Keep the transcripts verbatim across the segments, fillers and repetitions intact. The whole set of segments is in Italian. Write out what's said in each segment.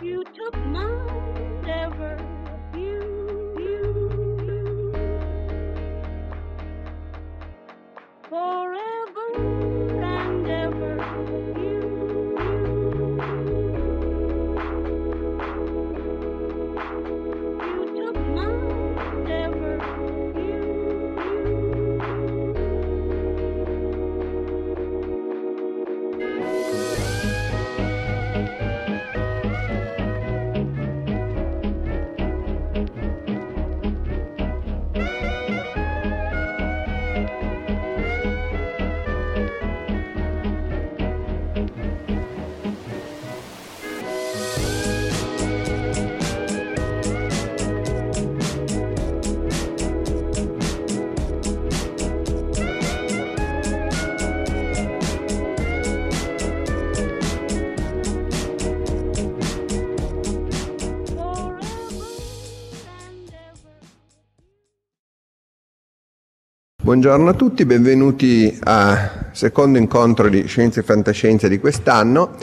You took mine, ever you, you, forever and ever you, you took mine, ever you, Buongiorno a tutti, benvenuti al secondo incontro di Scienze e Fantascienza di quest'anno.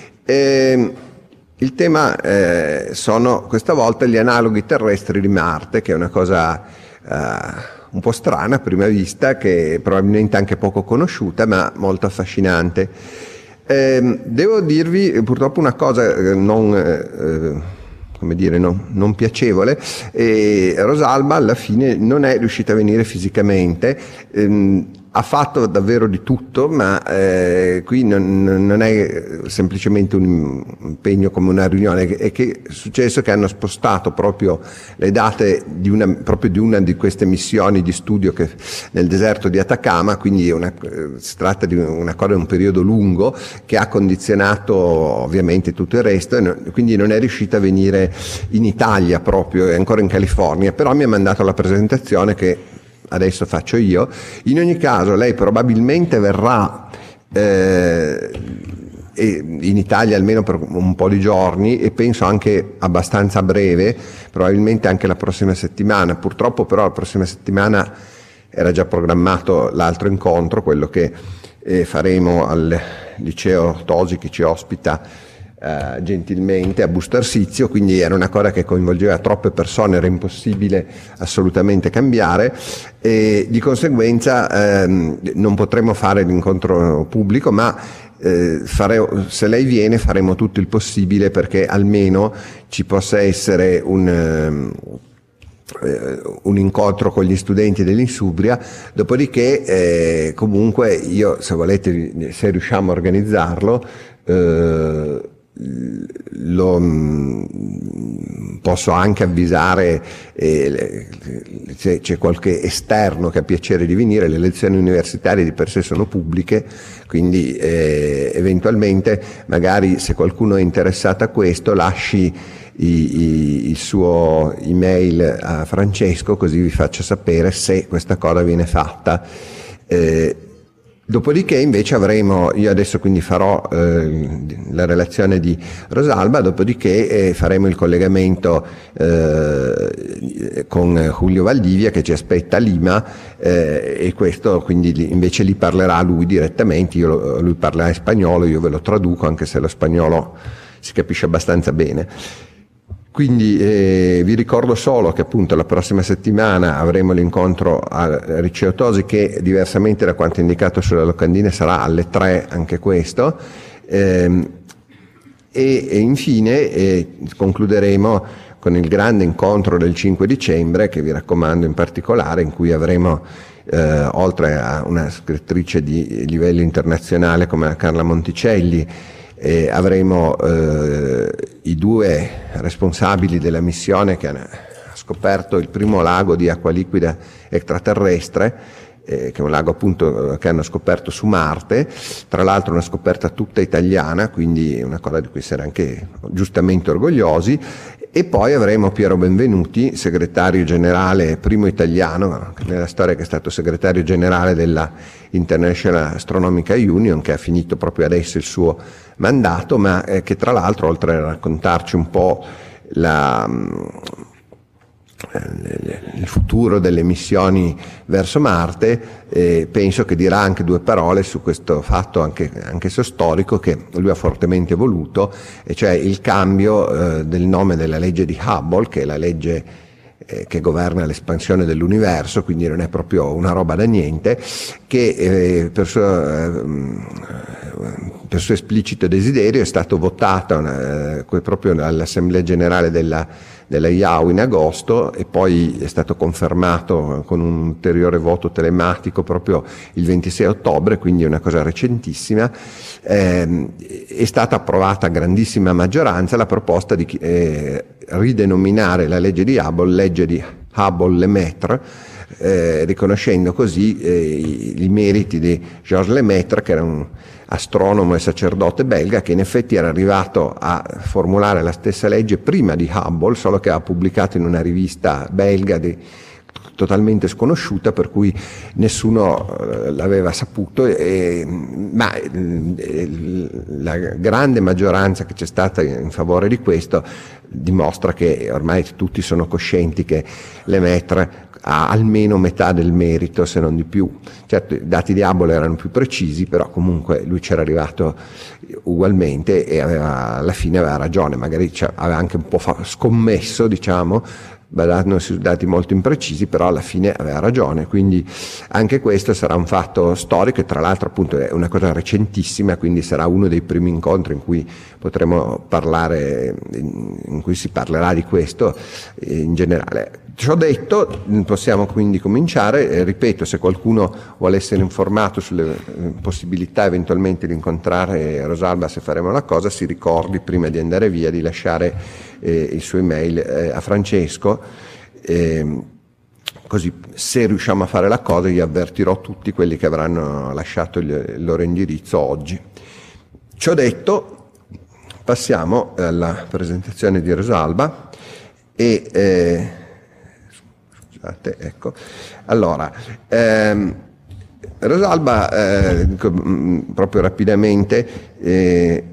E il tema eh, sono questa volta gli analoghi terrestri di Marte, che è una cosa eh, un po' strana a prima vista, che è probabilmente anche poco conosciuta, ma molto affascinante. Eh, devo dirvi purtroppo una cosa eh, non... Eh, come dire, no, non piacevole, e Rosalba alla fine non è riuscita a venire fisicamente, ehm, ha fatto davvero di tutto, ma eh, qui non, non è semplicemente un impegno come una riunione, è che è successo che hanno spostato proprio le date di una, proprio di una di queste missioni di studio che nel deserto di Atacama, quindi una, si tratta di una cosa, un periodo lungo che ha condizionato ovviamente tutto il resto, e no, quindi non è riuscita a venire in Italia proprio, è ancora in California, però mi ha mandato la presentazione che adesso faccio io. In ogni caso lei probabilmente verrà eh, in Italia almeno per un po' di giorni, e penso anche abbastanza a breve, probabilmente anche la prossima settimana. Purtroppo però la prossima settimana era già programmato l'altro incontro, quello che eh, faremo al liceo Tosi, che ci ospita Uh, gentilmente a Busto Arsizio, quindi era una cosa che coinvolgeva troppe persone, era impossibile assolutamente cambiare, e di conseguenza ehm, non potremo fare l'incontro pubblico, ma eh, fare, se lei viene faremo tutto il possibile perché almeno ci possa essere un um, un incontro con gli studenti dell'Insubria. Dopodiché eh, comunque io, se volete, se riusciamo a organizzarlo, eh, lo mh, posso anche avvisare eh, se c'è qualche esterno che ha piacere di venire. Le lezioni universitarie di per sé sono pubbliche, quindi eh, eventualmente magari se qualcuno è interessato a questo lasci I, i, il suo email a Francesco, così vi faccio sapere se questa cosa viene fatta. Eh, dopodiché invece avremo, io adesso quindi farò eh, la relazione di Rosalba, dopodiché eh, faremo il collegamento eh, con Julio Valdivia che ci aspetta a Lima, eh, e questo quindi invece li parlerà lui direttamente. Io, lui parlerà in spagnolo, io ve lo traduco, anche se lo spagnolo si capisce abbastanza bene. Quindi eh, vi ricordo solo che appunto la prossima settimana avremo l'incontro al Liceo Tosi, che diversamente da quanto indicato sulle locandine sarà alle tre anche questo, ehm, e, e infine eh, concluderemo con il grande incontro del cinque dicembre, che vi raccomando in particolare, in cui avremo eh, oltre a una scrittrice di livello internazionale come Carla Monticelli, E avremo eh, i due responsabili della missione che hanno scoperto il primo lago di acqua liquida extraterrestre, eh, che è un lago appunto che hanno scoperto su Marte, tra l'altro una scoperta tutta italiana, quindi una cosa di cui essere anche giustamente orgogliosi. E poi avremo Piero Benvenuti, segretario generale, primo italiano nella storia che è stato segretario generale della International Astronomical Union, che ha finito proprio adesso il suo mandato, ma eh, che tra l'altro, oltre a raccontarci un po' la, il futuro delle missioni verso Marte, eh, penso che dirà anche due parole su questo fatto anche, anche se storico che lui ha fortemente voluto, e cioè il cambio eh, del nome della legge di Hubble, che è la legge eh, che governa l'espansione dell'universo, quindi non è proprio una roba da niente, che eh, per suo, eh, per suo esplicito desiderio è stato votato una, proprio all'Assemblea Generale della della I A U in agosto, e poi è stato confermato con un ulteriore voto telematico proprio il ventisei ottobre, quindi è una cosa recentissima. Eh, è stata approvata a grandissima maggioranza la proposta di eh, ridenominare la legge di Hubble legge di Hubble-Lemaitre, eh, riconoscendo così eh, i, i meriti di Georges Lemaitre, che era un astronomo e sacerdote belga, che in effetti era arrivato a formulare la stessa legge prima di Hubble, solo che ha pubblicato in una rivista belga di, totalmente sconosciuta, per cui nessuno eh, l'aveva saputo, e, ma eh, la grande maggioranza che c'è stata in favore di questo dimostra che ormai tutti sono coscienti che Lemaitre ha almeno metà del merito, se non di più. Certo, i dati di Hubble erano più precisi, però comunque lui c'era arrivato ugualmente e aveva, alla fine aveva ragione, magari aveva anche un po' fa- scommesso, diciamo, basandosi su dati molto imprecisi, però alla fine aveva ragione. Quindi anche questo sarà un fatto storico, e tra l'altro appunto è una cosa recentissima, quindi sarà uno dei primi incontri in cui potremo parlare, in cui si parlerà di questo in generale. Ciò detto, possiamo quindi cominciare. Eh, ripeto, se qualcuno vuole essere informato sulle possibilità eventualmente di incontrare Rosalba, se faremo la cosa, si ricordi prima di andare via di lasciare eh, il suo email eh, a Francesco, eh, così se riusciamo a fare la cosa gli avvertirò tutti quelli che avranno lasciato il, il loro indirizzo oggi. Ciò detto, passiamo alla presentazione di Rosalba e eh, ecco, allora ehm, Rosalba, eh, proprio rapidamente, eh,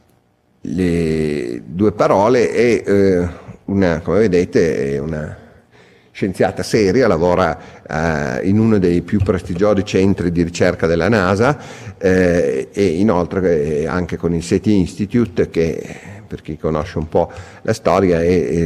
le due parole, è eh, una, come vedete, è una scienziata seria, lavora eh, in uno dei più prestigiosi centri di ricerca della NASA, eh, e inoltre anche con il SETI Institute, che per chi conosce un po' la storia è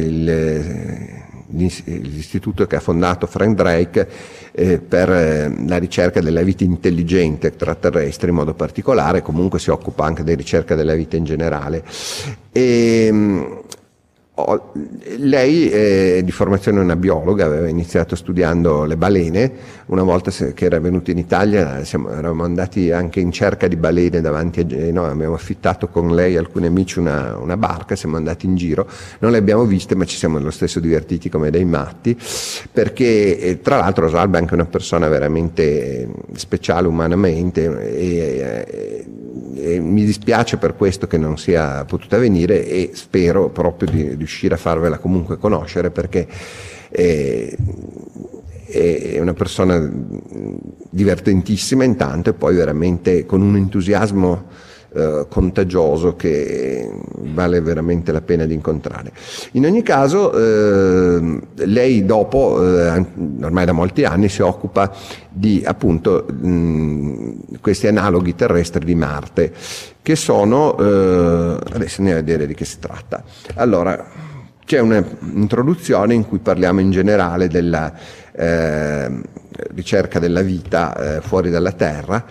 il l'istituto che ha fondato Frank Drake eh, per eh, la ricerca della vita intelligente extraterrestre in modo particolare. Comunque si occupa anche di ricerca della vita in generale. E, mh, oh, lei è di formazione una biologa, aveva iniziato studiando le balene. Una volta che era venuta in Italia siamo, eravamo andati anche in cerca di balene davanti a Genova, abbiamo affittato con lei e alcuni amici una, una barca, siamo andati in giro, non le abbiamo viste ma ci siamo lo stesso divertiti come dei matti, perché eh, tra l'altro Rosalba è anche una persona veramente speciale umanamente, e, e, e mi dispiace per questo che non sia potuta venire, e spero proprio di riuscire a farvela comunque conoscere, perché eh, è una persona divertentissima intanto, e poi veramente con un entusiasmo eh, contagioso che vale veramente la pena di incontrare. In ogni caso eh, lei dopo, eh, ormai da molti anni, si occupa di appunto mh, questi analoghi terrestri di Marte, che sono, eh, adesso andiamo a vedere di che si tratta. Allora, c'è un'introduzione in cui parliamo in generale della eh, ricerca della vita eh, fuori dalla Terra.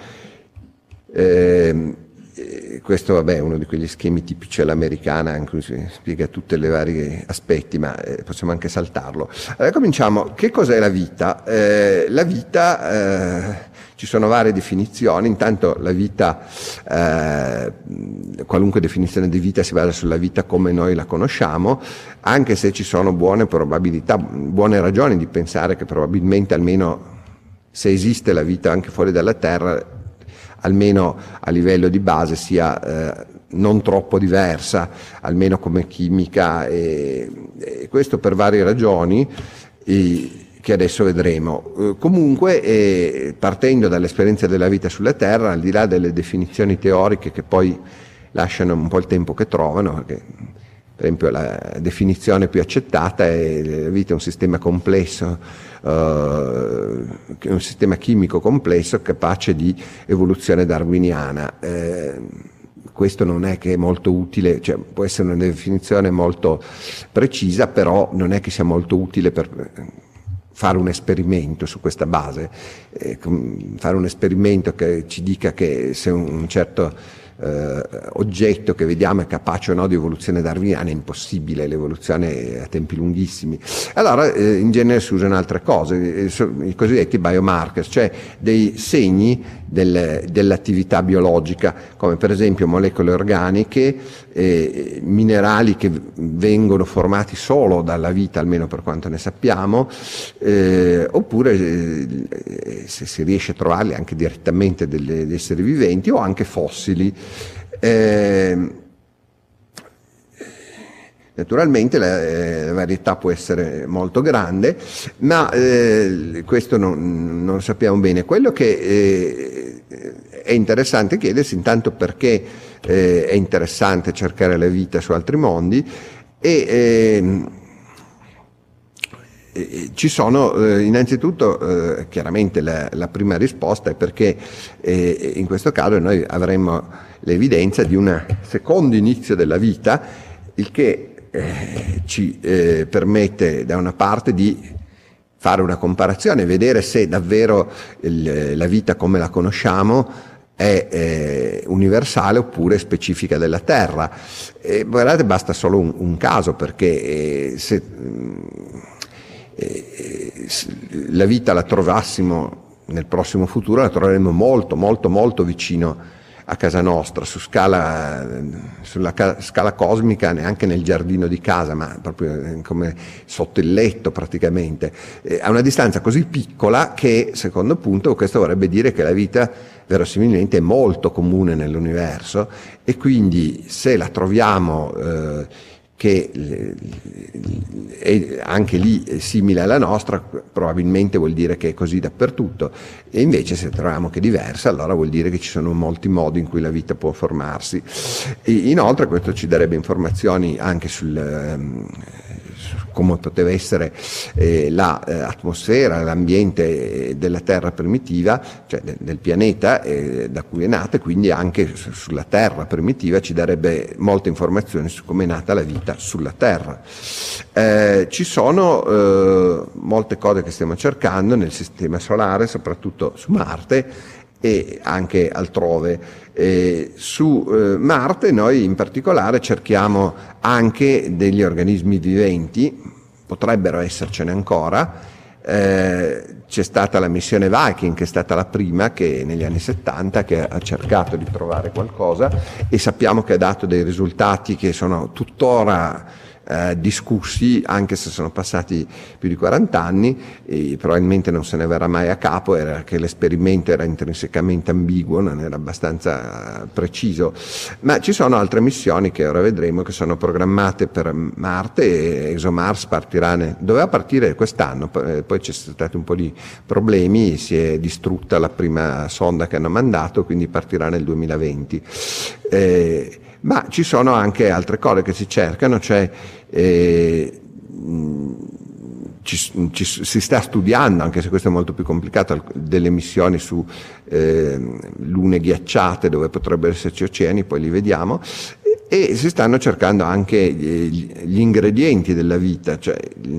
Eh, questo vabbè, è uno di quegli schemi tipici all'americana in cui si spiega tutti i vari aspetti, ma eh, possiamo anche saltarlo. Allora, cominciamo. Che cos'è la vita? Eh, la vita, eh, ci sono varie definizioni. Intanto la vita, eh, qualunque definizione di vita si basa sulla vita come noi la conosciamo, anche se ci sono buone probabilità, buone ragioni di pensare che probabilmente, almeno se esiste la vita anche fuori dalla Terra, almeno a livello di base sia eh, non troppo diversa, almeno come chimica, e, e questo per varie ragioni e, che adesso vedremo. Eh, comunque, eh, partendo dall'esperienza della vita sulla Terra, al di là delle definizioni teoriche che poi lasciano un po' il tempo che trovano, perché Per esempio la definizione più accettata è la vita è un sistema complesso, uh, un sistema chimico complesso capace di evoluzione darwiniana. Eh, questo non è che è molto utile, cioè può essere una definizione molto precisa, però non è che sia molto utile per fare un esperimento su questa base, eh, fare un esperimento che ci dica che se un certo eh, oggetto che vediamo è capace o no di evoluzione darwiniana è impossibile, l'evoluzione è a tempi lunghissimi. Allora eh, in genere si usano altre cose, i cosiddetti biomarkers, cioè dei segni del, dell'attività biologica, come per esempio molecole organiche, eh, minerali che vengono formati solo dalla vita, almeno per quanto ne sappiamo, eh, oppure eh, se si riesce a trovarli anche direttamente degli esseri viventi o anche fossili. Eh, Naturalmente la, eh, la varietà può essere molto grande, ma eh, questo non, non lo sappiamo bene. Quello che eh, è interessante chiedersi intanto perché eh, è interessante cercare la vita su altri mondi e eh, eh, ci sono eh, innanzitutto eh, chiaramente la, la prima risposta è perché eh, in questo caso noi avremmo l'evidenza di un secondo inizio della vita, il che Eh, ci eh, permette da una parte di fare una comparazione, vedere se davvero il, la vita come la conosciamo è eh, universale oppure specifica della Terra. E guardate, basta solo un, un caso, perché eh, se eh, la vita la trovassimo nel prossimo futuro, la troveremo molto molto molto vicino a casa nostra, su scala, sulla ca- scala cosmica, neanche nel giardino di casa, ma proprio come sotto il letto praticamente, eh, a una distanza così piccola che, secondo punto, questo vorrebbe dire che la vita verosimilmente è molto comune nell'universo, e quindi se la troviamo eh, che è anche lì simile alla nostra, probabilmente vuol dire che è così dappertutto, e invece se troviamo che è diversa, allora vuol dire che ci sono molti modi in cui la vita può formarsi. E inoltre questo ci darebbe informazioni anche sul su come poteva essere eh, l'atmosfera, la, eh, l'ambiente della Terra primitiva, cioè de, del pianeta eh, da cui è nata, e quindi anche su, sulla Terra primitiva ci darebbe molte informazioni su come è nata la vita sulla Terra. Eh, ci sono eh, molte cose che stiamo cercando nel sistema solare, soprattutto su Marte e anche altrove. Eh, su eh, Marte noi in particolare cerchiamo anche degli organismi viventi, potrebbero essercene ancora. Eh, c'è stata la missione Viking, che è stata la prima che negli anni settanta che ha cercato di trovare qualcosa, e sappiamo che ha dato dei risultati che sono tuttora Eh, discussi, anche se sono passati più di quaranta anni, e probabilmente non se ne verrà mai a capo. Era che l'esperimento era intrinsecamente ambiguo, non era abbastanza preciso. Ma ci sono altre missioni che ora vedremo, che sono programmate per Marte, e ExoMars partirà ne, doveva partire quest'anno, poi c'è stati un po' di problemi, si è distrutta la prima sonda che hanno mandato, quindi partirà nel duemilaventi. Eh, Ma ci sono anche altre cose che si cercano, cioè eh, ci, ci, si sta studiando, anche se questo è molto più complicato, delle missioni su eh, lune ghiacciate dove potrebbero esserci oceani, poi li vediamo, e, e si stanno cercando anche gli, gli ingredienti della vita, cioè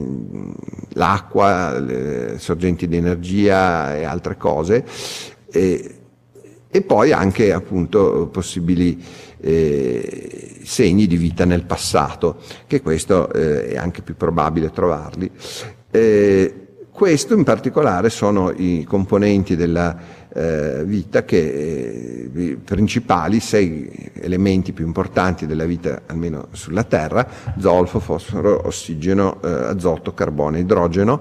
l'acqua, le sorgenti di energia e altre cose, e, e poi anche appunto possibili Eh, segni di vita nel passato, che questo eh, è anche più probabile trovarli. Eh, questo in particolare sono i componenti della eh, vita che eh, i principali, sei elementi più importanti della vita, almeno sulla Terra: zolfo, fosforo, ossigeno, eh, azoto, carbone, idrogeno,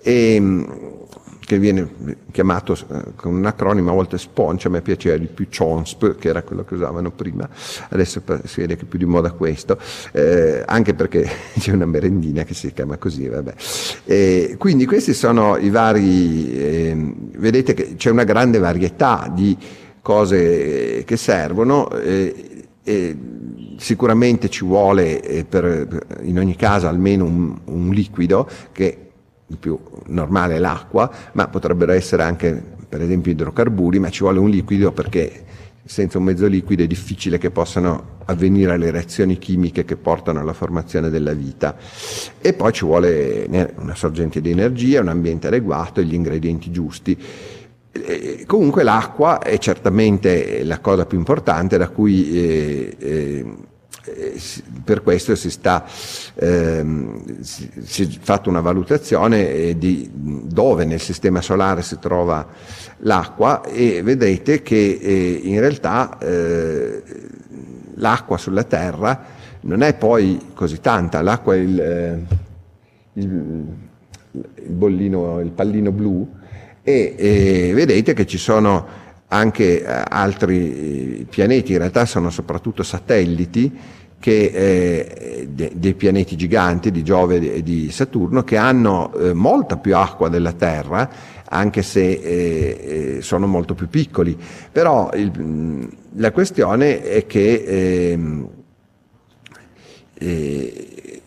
e che viene chiamato eh, con un acronimo a volte SPONCH, a me piaceva di più CHONSP, che era quello che usavano prima, adesso si vede che è più di moda questo, eh, anche perché c'è una merendina che si chiama così, vabbè. Eh, quindi questi sono i vari, eh, vedete che c'è una grande varietà di cose che servono, eh, e sicuramente ci vuole eh, per, in ogni caso almeno un, un liquido, che il più normale è l'acqua, ma potrebbero essere anche per esempio idrocarburi, ma ci vuole un liquido perché senza un mezzo liquido è difficile che possano avvenire le reazioni chimiche che portano alla formazione della vita. E poi ci vuole una sorgente di energia, un ambiente adeguato e gli ingredienti giusti. E comunque l'acqua è certamente la cosa più importante, da cui eh, eh, per questo si sta ehm, si, si è fatta una valutazione di dove nel sistema solare si trova l'acqua, e vedrete che eh, in realtà eh, l'acqua sulla Terra non è poi così tanta. L'acqua è il, eh, il, il bollino, il pallino blu, e eh, vedete che ci sono anche eh, altri pianeti, in realtà sono soprattutto satelliti, che, eh, de, dei pianeti giganti di Giove e di Saturno, che hanno eh, molta più acqua della Terra, anche se eh, eh, sono molto più piccoli. Però il, la questione è che eh, eh,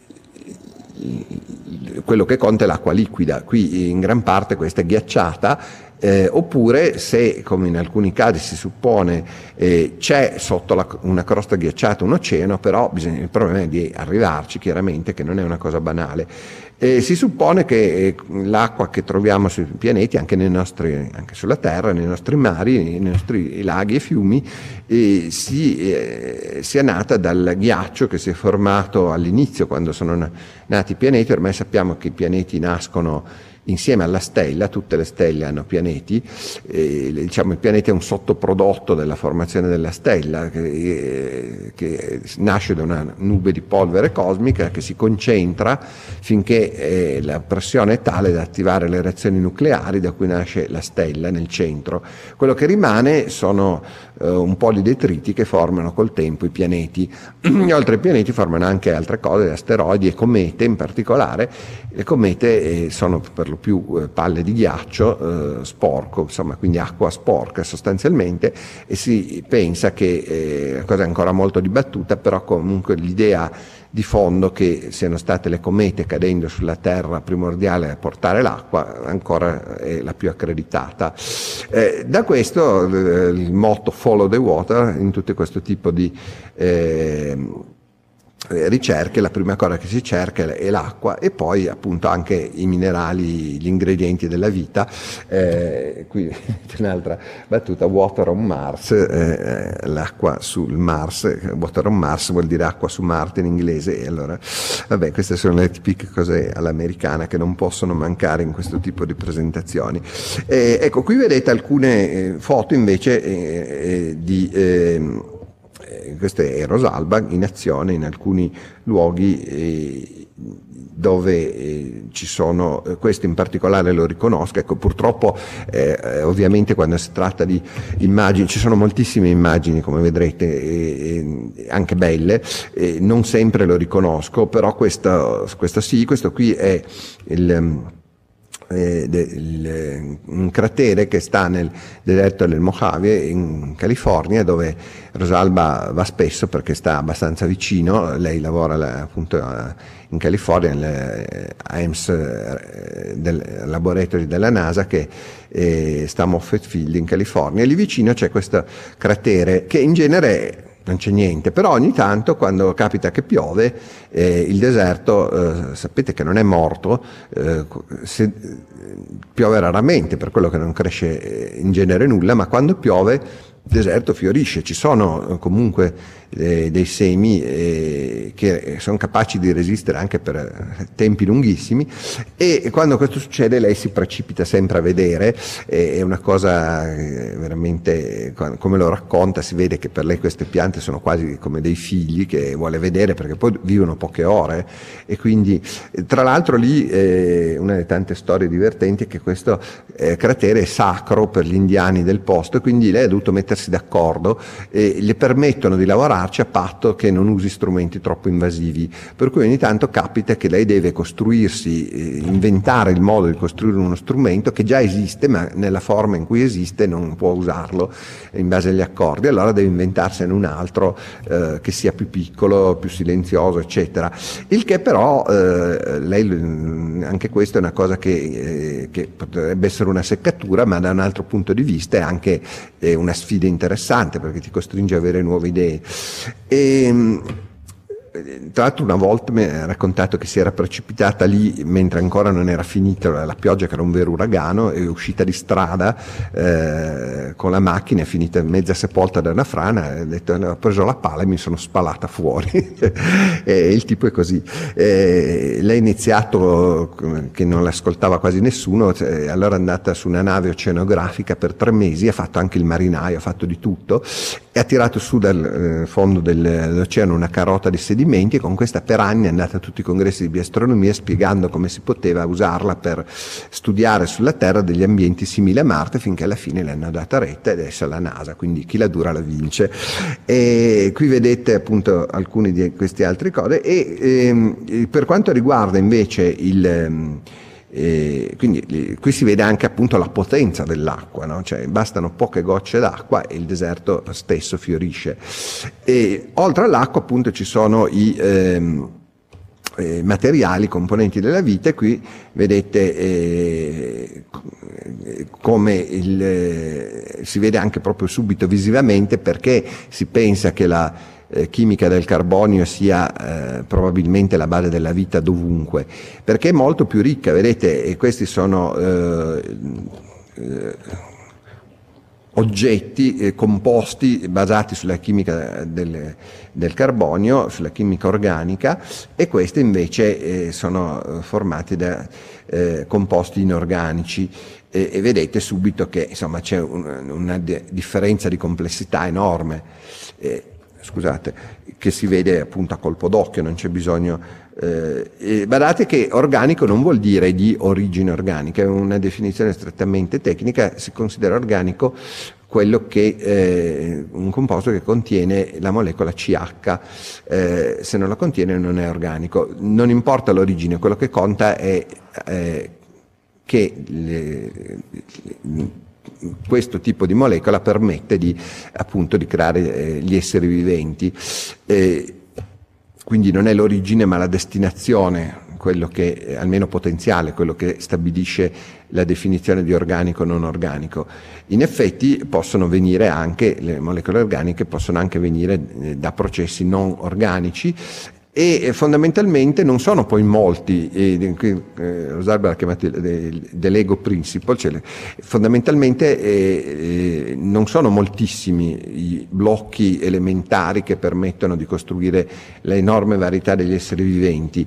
quello che conta è l'acqua liquida. Qui in gran parte questa è ghiacciata, eh, oppure se, come in alcuni casi si suppone, eh, c'è sotto la, una crosta ghiacciata un oceano, però bisogna, il problema è di arrivarci, chiaramente, che non è una cosa banale. Eh, si suppone che eh, l'acqua che troviamo sui pianeti, anche, nei nostri, anche sulla Terra, nei nostri mari, nei nostri laghi e fiumi, eh, si, eh, sia nata dal ghiaccio che si è formato all'inizio, quando sono na- nati i pianeti. Ormai sappiamo che i pianeti nascono insieme alla stella, tutte le stelle hanno pianeti, eh, diciamo il pianeta è un sottoprodotto della formazione della stella, che, eh, che nasce da una nube di polvere cosmica che si concentra finché eh, la pressione è tale da attivare le reazioni nucleari, da cui nasce la stella nel centro. Quello che rimane sono eh, un po' di detriti che formano col tempo i pianeti. Oltre ai pianeti formano anche altre cose, asteroidi e comete in particolare. Le comete eh, sono per lo più eh, palle di ghiaccio eh, sporco, insomma, quindi acqua sporca sostanzialmente, e si pensa che, eh, la cosa è ancora molto dibattuta, però comunque l'idea di fondo che siano state le comete cadendo sulla Terra primordiale a portare l'acqua ancora è la più accreditata. Eh, da questo eh, il motto Follow the Water in tutto questo tipo di eh, ricerche, la prima cosa che si cerca è l'acqua, e poi appunto anche i minerali, gli ingredienti della vita. Eh, qui c'è un'altra battuta: water on Mars, eh, l'acqua sul Mars. Water on Mars vuol dire acqua su Marte in inglese, e allora vabbè, queste sono le tipiche cose all'americana che non possono mancare in questo tipo di presentazioni. Eh, ecco, qui vedete alcune eh, foto invece eh, eh, di eh, questo è Rosalba in azione in alcuni luoghi eh, dove eh, ci sono, eh, questo in particolare lo riconosco. Ecco, purtroppo eh, ovviamente quando si tratta di immagini, ci sono moltissime immagini come vedrete, eh, eh, anche belle, eh, non sempre lo riconosco, però questo, questo sì, questo qui è il Eh, del, un cratere che sta nel deserto del Mojave in California, dove Rosalba va spesso perché sta abbastanza vicino. Lei lavora appunto in California nell'A E M S del laboratorio della NASA, che eh, sta a Moffett Field in California. Lì vicino c'è questo cratere che in genere non c'è niente, però ogni tanto quando capita che piove eh, il deserto, eh, sapete che non è morto, eh, se, piove raramente, per quello che non cresce in genere nulla, ma quando piove il deserto fiorisce. Ci sono comunque eh, dei semi eh, che sono capaci di resistere anche per tempi lunghissimi, e quando questo succede lei si precipita sempre a vedere. Eh, è una cosa eh, veramente, come lo racconta, si vede che per lei queste piante sono quasi come dei figli che vuole vedere, perché poi vivono poche ore, e quindi tra l'altro lì eh, una delle tante storie divertenti è che questo eh, cratere è sacro per gli indiani del posto, e quindi lei ha dovuto mettere mettersi d'accordo e le permettono di lavorarci a patto che non usi strumenti troppo invasivi, per cui ogni tanto capita che lei deve costruirsi, eh, inventare il modo di costruire uno strumento che già esiste, ma nella forma in cui esiste non può usarlo in base agli accordi, allora deve inventarsene un altro eh, che sia più piccolo, più silenzioso, eccetera. Il che però, eh, lei, anche questo è una cosa che, eh, che potrebbe essere una seccatura, ma da un altro punto di vista è anche eh, una sfida interessante, perché ti costringe a avere nuove idee. E, tra l'altro una volta mi ha raccontato che si era precipitata lì mentre ancora non era finita la pioggia, che era un vero uragano, è uscita di strada eh, con la macchina, è finita mezza sepolta da una frana, ha detto, ho preso la pala e mi sono spalata fuori. E il tipo è così. E lei ha iniziato che non l'ascoltava quasi nessuno, cioè, allora è andata su una nave oceanografica per tre mesi, ha fatto anche il marinaio, ha fatto di tutto, e ha tirato su dal eh, fondo del, dell'oceano una carota di sedimenti, e con questa per anni è andata a tutti i congressi di biastronomia spiegando come si poteva usarla per studiare sulla Terra degli ambienti simili a Marte, finché alla fine le hanno data retta ed adesso è la NASA, quindi chi la dura la vince. E qui vedete appunto alcuni di questi altri cose. E ehm, per quanto riguarda invece il ehm, E quindi qui si vede anche appunto la potenza dell'acqua, no? Cioè bastano poche gocce d'acqua e il deserto stesso fiorisce. E oltre all'acqua appunto ci sono i ehm, eh, materiali, componenti della vita, e qui vedete eh, come il, eh, si vede anche proprio subito visivamente, perché si pensa che la Eh, chimica del carbonio sia eh, probabilmente la base della vita dovunque, perché è molto più ricca, vedete, e questi sono eh, eh, oggetti, eh, composti basati sulla chimica del, del carbonio, sulla chimica organica, e questi invece eh, sono formati da eh, composti inorganici. E, e vedete subito che insomma c'è un, una de- differenza di complessità enorme. Eh, scusate, che si vede appunto a colpo d'occhio, non c'è bisogno. Eh, e badate che organico non vuol dire di origine organica, è una definizione strettamente tecnica. Si considera organico quello che eh, un composto che contiene la molecola C H, eh, se non la contiene non è organico. Non importa l'origine, quello che conta è eh, che le, le, questo tipo di molecola permette di appunto di creare eh, gli esseri viventi, eh, quindi non è l'origine ma la destinazione quello che, almeno potenziale, quello che stabilisce la definizione di organico o non organico. In effetti possono venire anche, le molecole organiche possono anche venire eh, da processi non organici, e fondamentalmente non sono poi molti, e qui eh, Rosalba l'ha chiamato dell'ego principle, cioè fondamentalmente eh, eh, non sono moltissimi i blocchi elementari che permettono di costruire l'enorme varietà degli esseri viventi.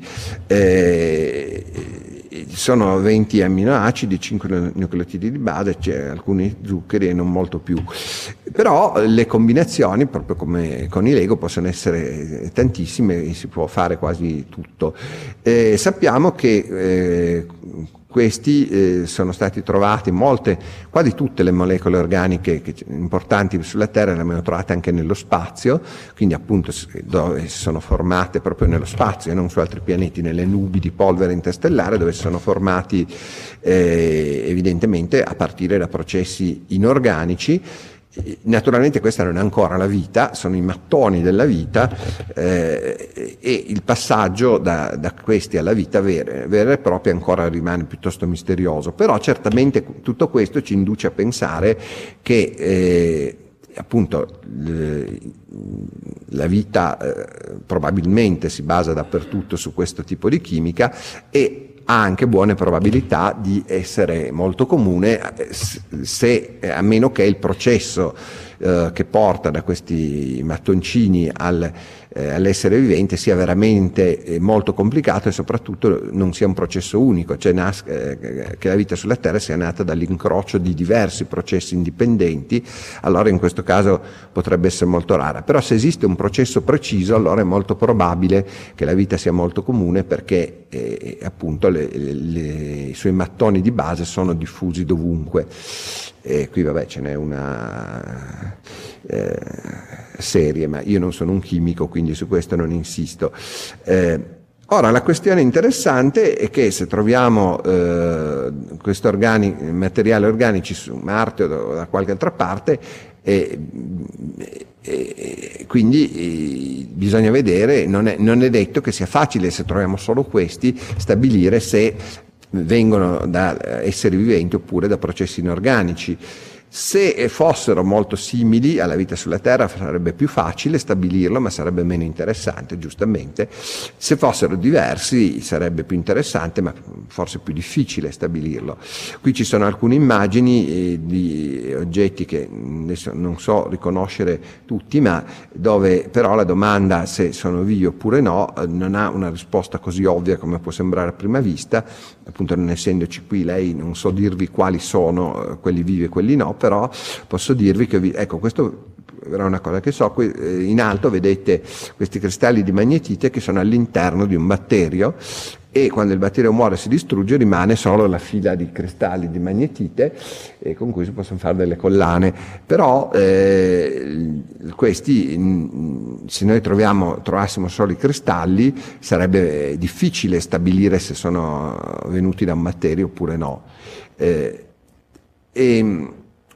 Eh, sono venti amminoacidi, cinque nucleotidi di base, c'è alcuni zuccheri e non molto più. Però le combinazioni, proprio come con i Lego, possono essere tantissime e si può fare quasi tutto. Eh, sappiamo che eh, questi eh, sono stati trovati molte, quasi tutte le molecole organiche che, importanti sulla Terra, le abbiamo trovate anche nello spazio, quindi appunto dove si sono formate proprio nello spazio e non su altri pianeti, nelle nubi di polvere interstellare, dove si sono formati eh, evidentemente a partire da processi inorganici. Naturalmente questa non è ancora la vita, sono i mattoni della vita, eh, e il passaggio da, da questi alla vita vera, vera e propria ancora rimane piuttosto misterioso, però certamente tutto questo ci induce a pensare che eh, appunto le, la vita eh, probabilmente si basa dappertutto su questo tipo di chimica e ha anche buone probabilità di essere molto comune, se, a meno che il processo eh, che porta da questi mattoncini al, eh, all'essere vivente sia veramente eh, molto complicato e soprattutto non sia un processo unico, cioè nas- eh, che la vita sulla Terra sia nata dall'incrocio di diversi processi indipendenti, allora in questo caso potrebbe essere molto rara. Però se esiste un processo preciso, allora è molto probabile che la vita sia molto comune, perché eh, appunto le, le, i suoi mattoni di base sono diffusi dovunque. E qui vabbè ce n'è una eh, serie, ma io non sono un chimico, quindi su questo non insisto. Eh, ora la questione interessante è che se troviamo eh, questi organi, materiali organici su Marte o da qualche altra parte, e, e quindi e, bisogna vedere, non è, non è detto che sia facile, se troviamo solo questi, stabilire se vengono da esseri viventi oppure da processi inorganici. Se fossero molto simili alla vita sulla Terra sarebbe più facile stabilirlo, ma sarebbe meno interessante, giustamente. Se fossero diversi sarebbe più interessante, ma forse più difficile stabilirlo. Qui ci sono alcune immagini eh, di oggetti che adesso non so riconoscere tutti, ma dove però la domanda se sono vivi oppure no non ha una risposta così ovvia come può sembrare a prima vista, appunto non essendoci qui lei, non so dirvi quali sono quelli vivi e quelli no, però posso dirvi che, ecco, questo era una cosa che so, in alto vedete questi cristalli di magnetite che sono all'interno di un batterio, e quando il batterio muore si distrugge, rimane solo la fila di cristalli di magnetite eh, con cui si possono fare delle collane. Però eh, questi, se noi troviamo, trovassimo solo i cristalli, sarebbe difficile stabilire se sono venuti da un batterio oppure no. Eh, e,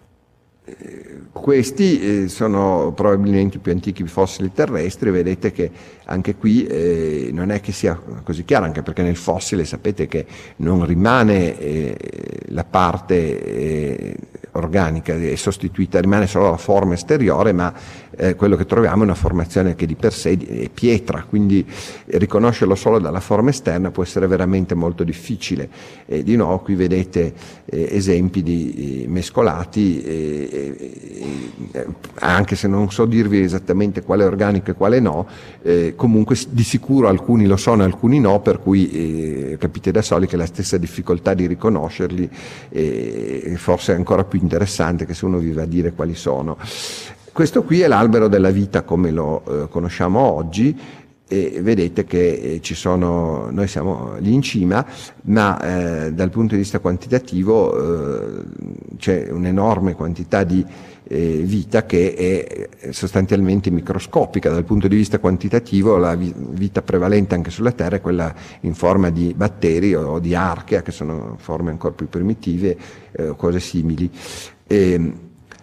Questi eh, sono probabilmente i più antichi fossili terrestri. Vedete che anche qui eh, non è che sia così chiaro, anche perché nel fossile sapete che non rimane eh, la parte eh, organica, è sostituita, rimane solo la forma esteriore, ma eh, quello che troviamo è una formazione che di per sé è pietra, quindi riconoscerlo solo dalla forma esterna può essere veramente molto difficile. E di nuovo qui vedete eh, esempi di eh, mescolati, eh, eh, anche se non so dirvi esattamente quale è organico e quale no, eh, comunque di sicuro alcuni lo sono e alcuni no, per cui eh, capite da soli che la stessa difficoltà di riconoscerli eh, forse è ancora più interessante che se uno vi va a dire quali sono. Questo qui è l'albero della vita come lo eh, conosciamo oggi, e vedete che eh, ci sono, noi siamo lì in cima, ma eh, dal punto di vista quantitativo eh, c'è un'enorme quantità di eh, vita che è sostanzialmente microscopica. Dal punto di vista quantitativo la vi- vita prevalente anche sulla Terra è quella in forma di batteri o, o di archea, che sono forme ancora più primitive o eh, cose simili. E,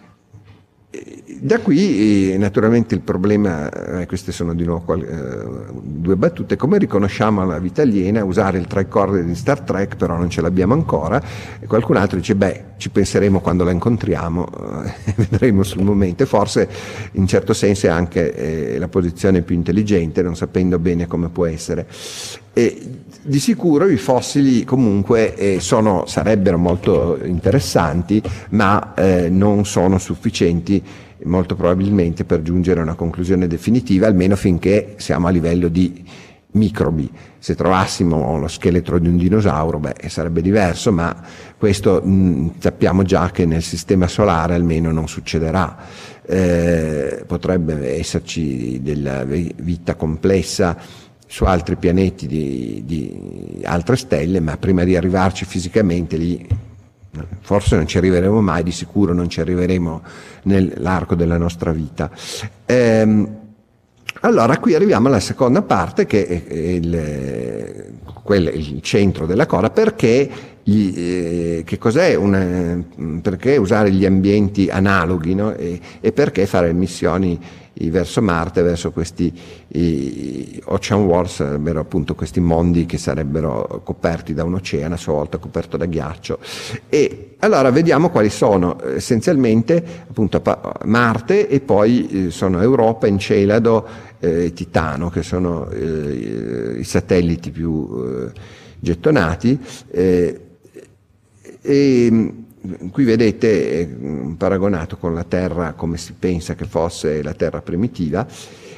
Da qui eh, naturalmente il problema, eh, queste sono di nuovo qual- eh, due battute, come riconosciamo la vita aliena, usare il tricorder di Star Trek, però non ce l'abbiamo ancora, e qualcun altro dice beh ci penseremo quando la incontriamo, eh, vedremo sul momento, e forse in certo senso è anche eh, la posizione più intelligente, non sapendo bene come può essere. E di sicuro i fossili comunque eh, sono, sarebbero molto interessanti, ma eh, non sono sufficienti molto probabilmente per giungere a una conclusione definitiva, almeno finché siamo a livello di microbi. Se trovassimo lo scheletro di un dinosauro, beh, sarebbe diverso, ma questo mh, sappiamo già che nel sistema solare almeno non succederà. Eh, potrebbe esserci della vita complessa su altri pianeti di, di altre stelle, ma prima di arrivarci fisicamente lì forse non ci arriveremo mai, di sicuro non ci arriveremo nell'arco della nostra vita. Ehm, allora qui arriviamo alla seconda parte, che è il, quel, il centro della cosa. Perché gli, eh, che cos'è una, perché usare gli ambienti analoghi, no? e, e perché fare missioni verso Marte, verso questi i ocean world, sarebbero appunto questi mondi che sarebbero coperti da un oceano, a sua volta coperto da ghiaccio. E allora vediamo quali sono essenzialmente appunto Marte, e poi eh, sono Europa, Encelado e eh, Titano, che sono eh, i satelliti più eh, gettonati. Eh, e qui vedete paragonato con la Terra come si pensa che fosse la Terra primitiva,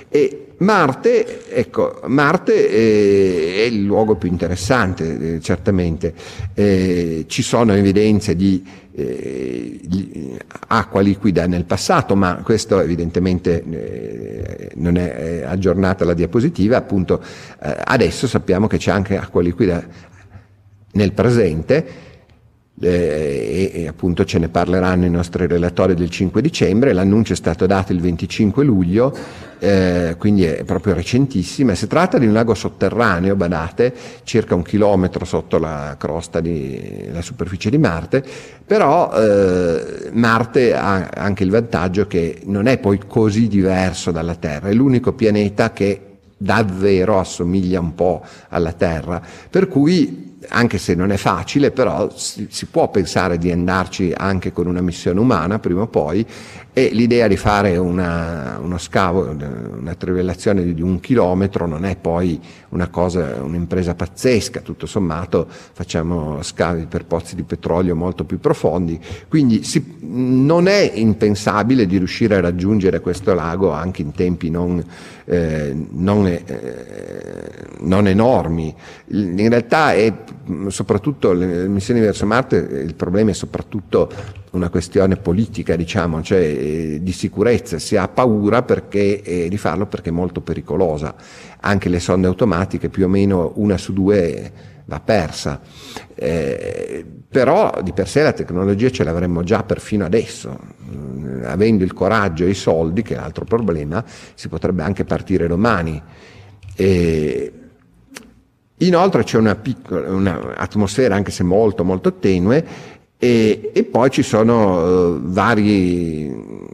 E Marte, ecco, Marte è, è il luogo più interessante, eh, certamente. Eh, ci sono evidenze di eh, acqua liquida nel passato, ma questo evidentemente eh, non è aggiornata la diapositiva. Appunto, eh, adesso sappiamo che c'è anche acqua liquida nel presente. Eh, e, e appunto ce ne parleranno i nostri relatori del cinque dicembre. L'annuncio è stato dato il venticinque luglio, eh, quindi è proprio recentissima. Si tratta di un lago sotterraneo, badate, circa un chilometro sotto la crosta di la superficie di Marte, però eh, Marte ha anche il vantaggio che non è poi così diverso dalla Terra, è l'unico pianeta che davvero assomiglia un po' alla Terra, per cui anche se non è facile, però si, si può pensare di andarci anche con una missione umana prima o poi, e l'idea di fare una, uno scavo, una trivellazione di, di un chilometro non è poi una cosa, un'impresa pazzesca. Tutto sommato facciamo scavi per pozzi di petrolio molto più profondi, quindi si, non è impensabile di riuscire a raggiungere questo lago anche in tempi non, eh, non, eh, non enormi. In realtà è soprattutto le missioni verso Marte, il problema è soprattutto una questione politica, diciamo, cioè eh, di sicurezza. Si ha paura perché, eh, di farlo perché è molto pericolosa. Anche le sonde automatiche, più o meno una su due va persa. Eh, però di per sé la tecnologia ce l'avremmo già perfino adesso. Mm, avendo il coraggio e i soldi, che è l'altro problema, si potrebbe anche partire domani. Eh, Inoltre c'è una piccola una atmosfera, anche se molto molto tenue, e, e poi ci sono uh, vari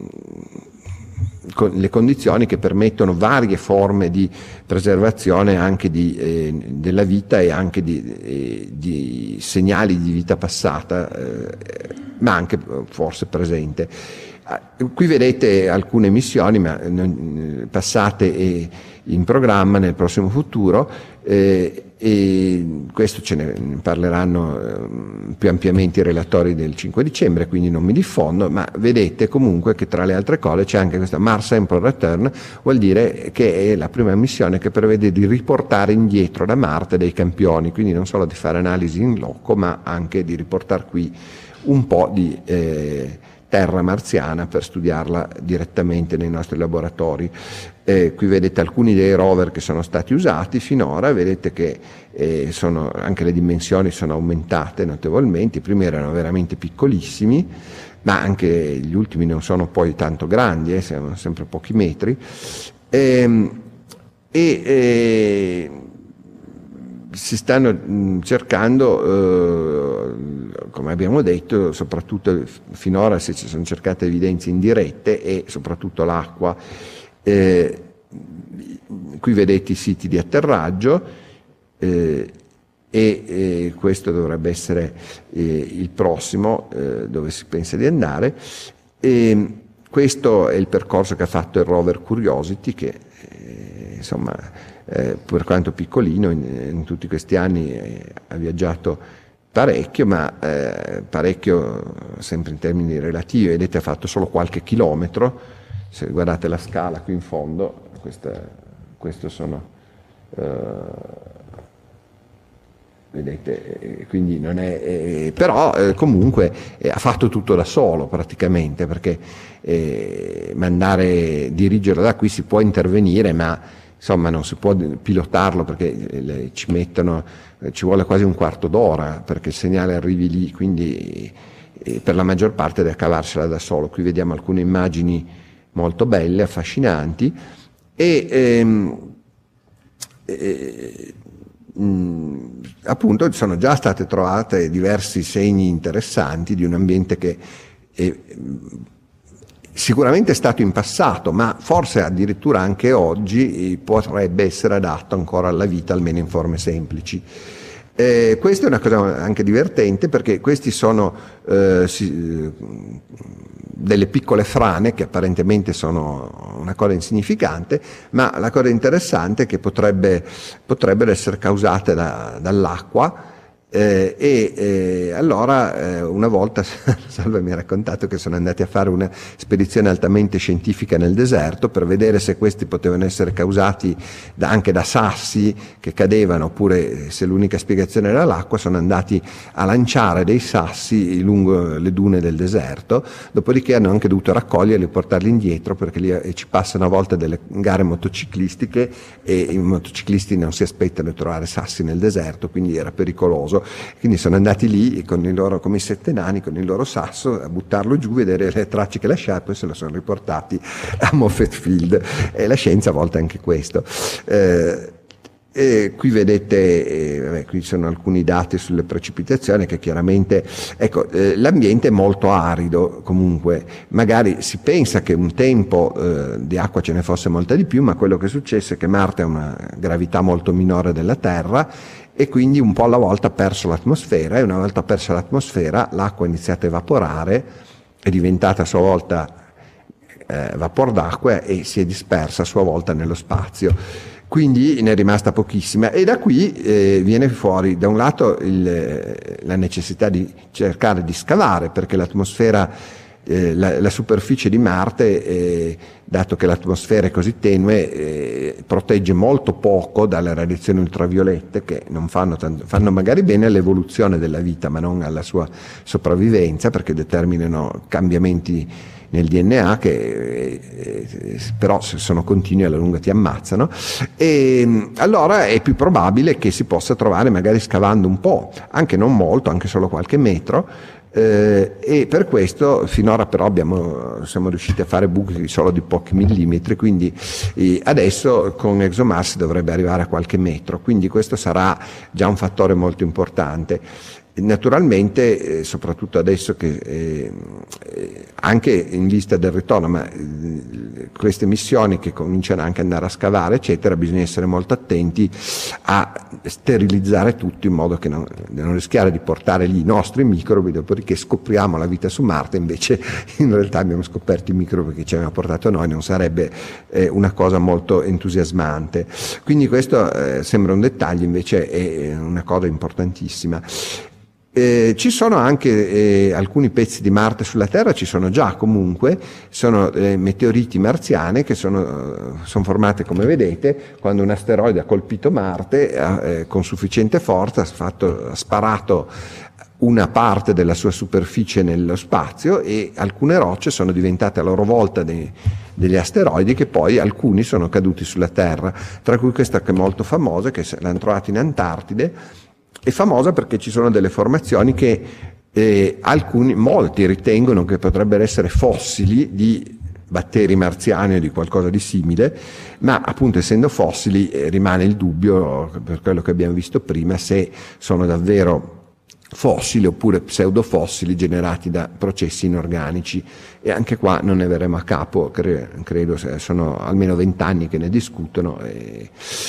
con, le condizioni che permettono varie forme di preservazione anche di, eh, della vita e anche di, eh, di segnali di vita passata, eh, ma anche forse presente. Qui vedete alcune missioni ma, non, passate e in programma nel prossimo futuro, eh, e questo ce ne parleranno eh, più ampiamente i relatori del cinque dicembre, quindi non mi diffondo, ma vedete comunque che tra le altre cose c'è anche questa Mars Sample Return, vuol dire che è la prima missione che prevede di riportare indietro da Marte dei campioni, quindi non solo di fare analisi in loco, ma anche di riportare qui un po' di eh, terra marziana per studiarla direttamente nei nostri laboratori. Eh, qui vedete alcuni dei rover che sono stati usati finora, vedete che eh, sono, anche le dimensioni sono aumentate notevolmente. I primi erano veramente piccolissimi, ma anche gli ultimi non sono poi tanto grandi, eh, siamo sempre pochi metri. E, e, e si stanno mh, cercando, eh, come abbiamo detto, soprattutto finora si sono cercate evidenze indirette e soprattutto l'acqua. Eh, qui vedete i siti di atterraggio, eh, e eh, questo dovrebbe essere eh, il prossimo eh, dove si pensa di andare. E questo è il percorso che ha fatto il rover Curiosity, che eh, insomma eh, per quanto piccolino in, in tutti questi anni eh, ha viaggiato parecchio, ma eh, parecchio sempre in termini relativi. Vedete, ha fatto solo qualche chilometro. Se guardate la scala qui in fondo, questa, questo sono, uh, vedete, eh, quindi non è, eh, però eh, comunque eh, ha fatto tutto da solo praticamente, perché eh, mandare, dirigerlo da qui si può intervenire, ma insomma non si può pilotarlo perché eh, ci mettono, eh, ci vuole quasi un quarto d'ora perché il segnale arrivi lì, quindi eh, per la maggior parte deve cavarsela da solo. Qui vediamo alcune immagini molto belle, affascinanti, e ehm, eh, mh, appunto sono già state trovate diversi segni interessanti di un ambiente che è, sicuramente è stato in passato, ma forse addirittura anche oggi potrebbe essere adatto ancora alla vita, almeno in forme semplici. Eh, questa è una cosa anche divertente, perché questi sono eh, si, delle piccole frane che apparentemente sono una cosa insignificante, ma la cosa interessante è che potrebbe, potrebbero essere causate da, dall'acqua, Eh, e eh, allora eh, una volta Salva mi ha raccontato che sono andati a fare una spedizione altamente scientifica nel deserto per vedere se questi potevano essere causati da, anche da sassi che cadevano, oppure se l'unica spiegazione era l'acqua. Sono andati a lanciare dei sassi lungo le dune del deserto, dopodiché hanno anche dovuto raccoglierli e portarli indietro, perché lì eh, ci passano a volte delle gare motociclistiche e i motociclisti non si aspettano di trovare sassi nel deserto, quindi era pericoloso. Quindi sono andati lì con i loro, come i sette nani, con il loro sasso a buttarlo giù, vedere le tracce che lasciava, poi se lo sono riportati a Moffett Field. E la scienza a volte è anche questo. Eh, E qui vedete, eh, vabbè, qui sono alcuni dati sulle precipitazioni che chiaramente, ecco, eh, l'ambiente è molto arido comunque, magari si pensa che un tempo eh, di acqua ce ne fosse molta di più, ma quello che è successo è che Marte ha una gravità molto minore della Terra e quindi un po' alla volta ha perso l'atmosfera, e una volta persa l'atmosfera l'acqua ha iniziato a evaporare, è diventata a sua volta eh, vapor d'acqua e si è dispersa a sua volta nello spazio. Quindi ne è rimasta pochissima, e da qui eh, viene fuori da un lato il, la necessità di cercare di scavare, perché l'atmosfera, eh, la, la superficie di Marte, eh, dato che l'atmosfera è così tenue, eh, protegge molto poco dalle radiazioni ultraviolette, che non fanno, tanto, fanno magari bene all'evoluzione della vita, ma non alla sua sopravvivenza, perché determinano cambiamenti nel D N A che eh, però se sono continui alla lunga ti ammazzano. E allora è più probabile che si possa trovare, magari scavando un po', anche non molto, anche solo qualche metro, eh, e per questo finora però abbiamo, siamo riusciti a fare buchi solo di pochi millimetri, quindi eh, adesso con ExoMars si dovrebbe arrivare a qualche metro, quindi questo sarà già un fattore molto importante. Naturalmente, eh, soprattutto adesso che eh, anche in vista del ritorno, ma eh, queste missioni che cominciano anche ad andare a scavare eccetera, bisogna essere molto attenti a sterilizzare tutto, in modo che non, non rischiare di portare lì i nostri microbi, dopodiché scopriamo la vita su Marte, invece in realtà abbiamo scoperto i microbi che ci avevano portato noi, non sarebbe eh, una cosa molto entusiasmante. Quindi questo eh, sembra un dettaglio, invece è una cosa importantissima. Eh, ci sono anche eh, alcuni pezzi di Marte sulla Terra, ci sono già comunque, sono eh, meteoriti marziane che sono, sono formate, come vedete, quando un asteroide ha colpito Marte eh, con sufficiente forza, ha, fatto, ha sparato una parte della sua superficie nello spazio, e alcune rocce sono diventate a loro volta dei, degli asteroidi, che poi alcuni sono caduti sulla Terra, tra cui questa che è molto famosa, che l'hanno trovata in Antartide. È famosa perché ci sono delle formazioni che eh, alcuni, molti ritengono che potrebbero essere fossili di batteri marziani o di qualcosa di simile, ma appunto essendo fossili eh, rimane il dubbio, per quello che abbiamo visto prima, se sono davvero fossili oppure pseudofossili generati da processi inorganici, e anche qua non ne verremo a capo, cre- credo sono almeno vent'anni che ne discutono, e,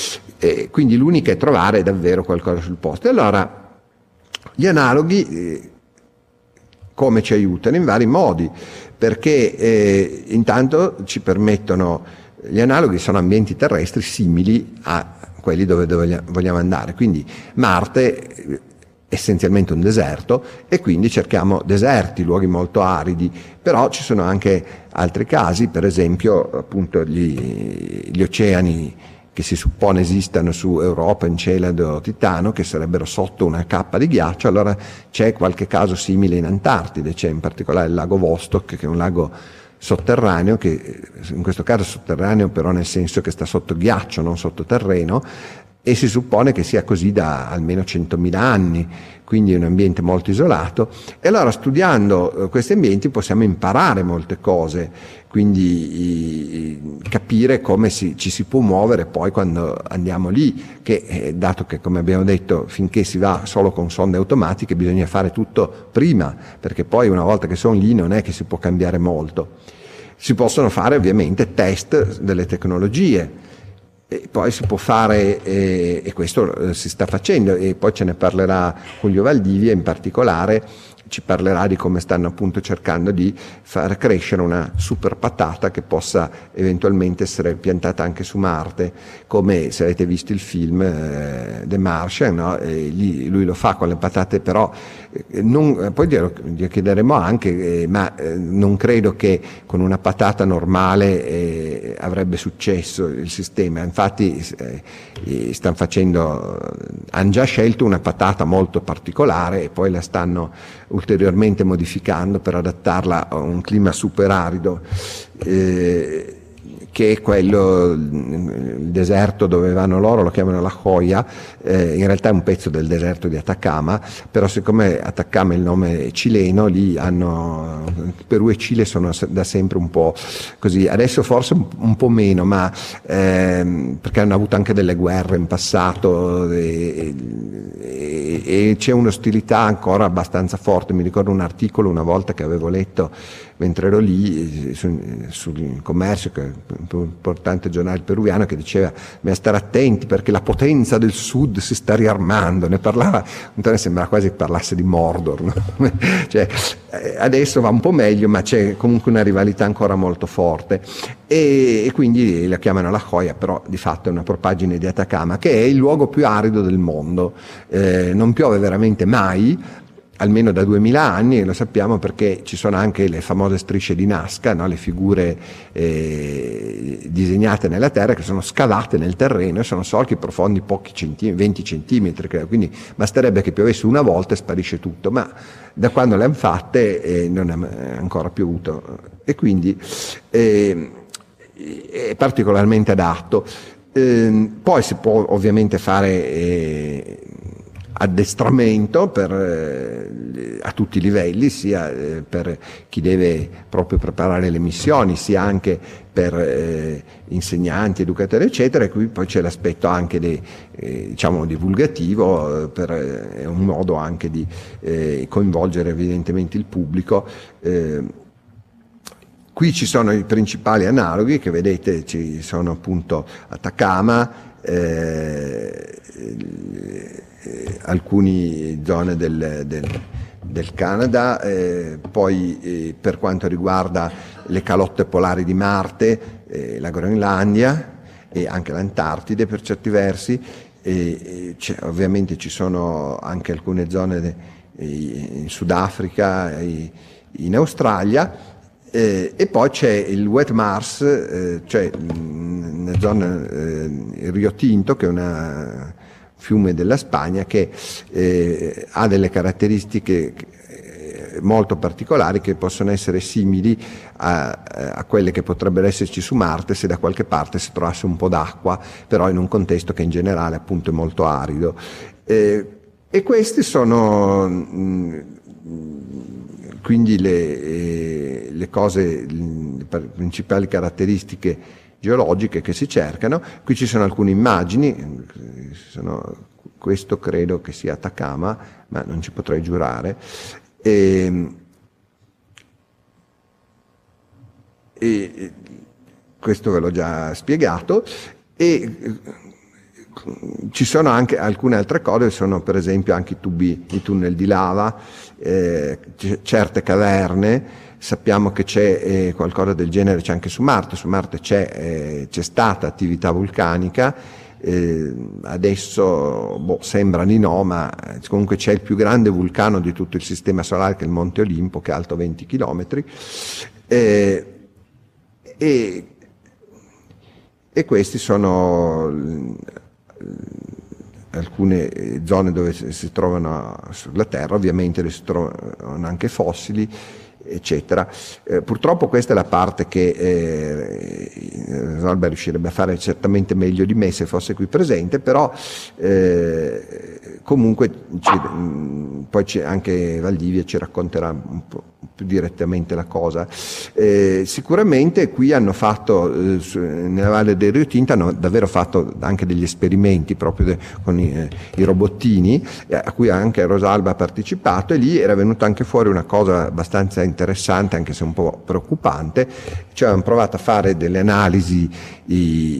e quindi l'unica è trovare davvero qualcosa sul posto. E allora gli analoghi eh, come ci aiutano? In vari modi, perché eh, intanto ci permettono, gli analoghi sono ambienti terrestri simili a quelli dove, dove vogliamo andare, quindi Marte essenzialmente un deserto, e quindi cerchiamo deserti, luoghi molto aridi, però ci sono anche altri casi, per esempio appunto gli, gli oceani che si suppone esistano su Europa, Encélado, Titano, che sarebbero sotto una cappa di ghiaccio. Allora c'è qualche caso simile in Antartide, c'è in particolare il lago Vostok, che è un lago sotterraneo, che in questo caso è sotterraneo però nel senso che sta sotto ghiaccio, non sottoterreno, e si suppone che sia così da almeno centomila anni, quindi è un ambiente molto isolato. E allora studiando questi ambienti possiamo imparare molte cose, quindi capire come si, ci si può muovere poi quando andiamo lì, che eh, dato che, come abbiamo detto, finché si va solo con sonde automatiche bisogna fare tutto prima, perché poi una volta che sono lì non è che si può cambiare molto. Si possono fare ovviamente test delle tecnologie, e poi si può fare, eh, e questo eh, si sta facendo, e poi ce ne parlerà Julio Valdivia in particolare, ci parlerà di come stanno appunto cercando di far crescere una super patata che possa eventualmente essere piantata anche su Marte, come se avete visto il film eh, The Martian, no? E lì, lui lo fa con le patate, però eh, non, poi glielo, glielo chiederemo anche, eh, ma eh, non credo che con una patata normale eh, avrebbe successo il sistema. Infatti eh, stanno facendo, hanno già scelto una patata molto particolare e poi la stanno ulteriormente modificando per adattarla a un clima super arido, eh, che è quello, il deserto dove vanno loro, lo chiamano la Joya, eh, in realtà è un pezzo del deserto di Atacama, però siccome Atacama è il nome cileno, lì hanno, Perù e Cile sono da sempre un po' così, adesso forse un, un po' meno, ma ehm, perché hanno avuto anche delle guerre in passato e, e, e c'è un'ostilità ancora abbastanza forte. Mi ricordo un articolo una volta che avevo letto mentre ero lì sul, sul Commercio, che è un importante giornale peruviano, che diceva bisogna stare attenti perché la potenza del sud si sta riarmando. Ne parlava, sembrava quasi che parlasse di Mordor, no? Cioè, adesso va un po' meglio, ma c'è comunque una rivalità ancora molto forte e, e quindi la chiamano la Joya, però di fatto è una propaggine di Atacama, che è il luogo più arido del mondo. Eh, non piove veramente mai, almeno da duemila anni, e lo sappiamo perché ci sono anche le famose strisce di Nazca, no? Le figure eh, disegnate nella terra che sono scavate nel terreno e sono solchi profondi pochi centimetri, venti centimetri, credo. Quindi basterebbe che piovesse una volta e sparisce tutto, ma da quando le hanno fatte eh, non è ancora piovuto e quindi eh, è particolarmente adatto. Eh, poi si può ovviamente fare eh, addestramento per, eh, a tutti i livelli, sia eh, per chi deve proprio preparare le missioni, sia anche per eh, insegnanti, educatori, eccetera. E qui poi c'è l'aspetto anche di, eh, diciamo divulgativo, eh, per, eh, è un modo anche di eh, coinvolgere evidentemente il pubblico. Eh, qui ci sono i principali analoghi che vedete, ci sono appunto Atacama, eh, Eh, alcune zone del, del, del Canada, eh, poi eh, per quanto riguarda le calotte polari di Marte, eh, la Groenlandia e anche l'Antartide per certi versi, e, e ovviamente ci sono anche alcune zone de, in Sudafrica e in Australia, eh, e poi c'è il Wet Mars, eh, cioè nella zona eh, il Rio Tinto, che è una fiume della Spagna, che eh, ha delle caratteristiche eh, molto particolari che possono essere simili a, a quelle che potrebbero esserci su Marte se da qualche parte si trovasse un po' d'acqua, però in un contesto che in generale appunto è molto arido. Eh, e queste sono mh, quindi le, eh, le cose, le principali caratteristiche geologiche che si cercano. Qui ci sono alcune immagini, sono, questo credo che sia Atacama, ma non ci potrei giurare. E, e questo ve l'ho già spiegato. E ci sono anche alcune altre cose, sono per esempio anche i tubi, i tunnel di lava, eh, c- certe caverne. Sappiamo che c'è eh, qualcosa del genere, c'è anche su Marte. Su Marte c'è, eh, c'è stata attività vulcanica, eh, adesso boh, sembra di no, ma comunque c'è il più grande vulcano di tutto il sistema solare, che è il Monte Olimpo, che è alto venti chilometri, eh, e, e questi sono alcune zone dove si trovano sulla Terra, ovviamente si trovano anche fossili, eccetera. Eh, purtroppo questa è la parte che eh, Rosalba riuscirebbe a fare certamente meglio di me se fosse qui presente, però eh, comunque ci, mh, poi c'è anche Valdivia, ci racconterà un po' più direttamente la cosa. Eh, sicuramente qui hanno fatto, eh, su, nella Valle del Rio Tinto, hanno davvero fatto anche degli esperimenti proprio de, con i, eh, i robottini, eh, a cui anche Rosalba ha partecipato, e lì era venuta anche fuori una cosa abbastanza interessante, anche se un po' preoccupante. Cioè hanno provato a fare delle analisi i,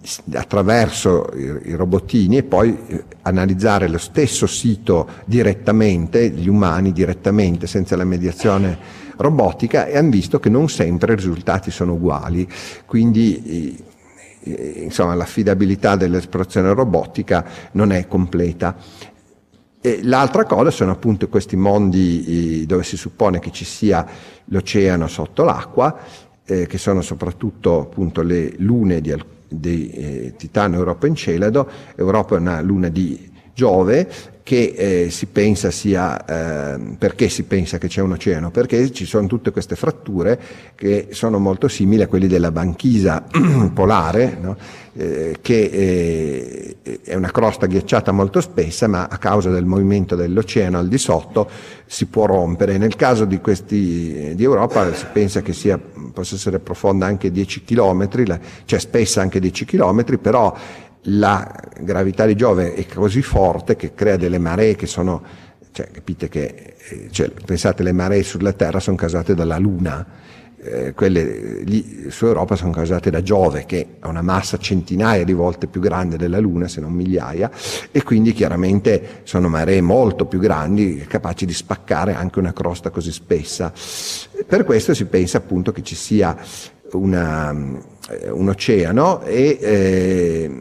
attraverso i, i robottini e poi eh, analizzare lo stesso sito direttamente, gli umani direttamente, senza la mediazione robotica, e hanno visto che non sempre i risultati sono uguali. Quindi eh, insomma l'affidabilità dell'esplorazione robotica non è completa. E l'altra cosa sono appunto questi mondi eh, dove si suppone che ci sia l'oceano sotto l'acqua, eh, che sono soprattutto appunto le lune di, di eh, Titano, Europa e Encelado. Europa è una luna di Giove che eh, si pensa sia, eh, perché si pensa che c'è un oceano? Perché ci sono tutte queste fratture che sono molto simili a quelli della banchisa polare, no? eh, che eh, è una crosta ghiacciata molto spessa, ma a causa del movimento dell'oceano al di sotto si può rompere. Nel caso di questi di Europa si pensa che sia, possa essere profonda anche dieci chilometri, cioè spessa anche dieci chilometri, però la gravità di Giove è così forte che crea delle maree che sono, cioè capite che, cioè, pensate, le maree sulla Terra sono causate dalla Luna, eh, quelle lì su Europa sono causate da Giove, che ha una massa centinaia di volte più grande della Luna, se non migliaia, e quindi chiaramente sono maree molto più grandi, capaci di spaccare anche una crosta così spessa. Per questo si pensa appunto che ci sia una, un oceano e eh,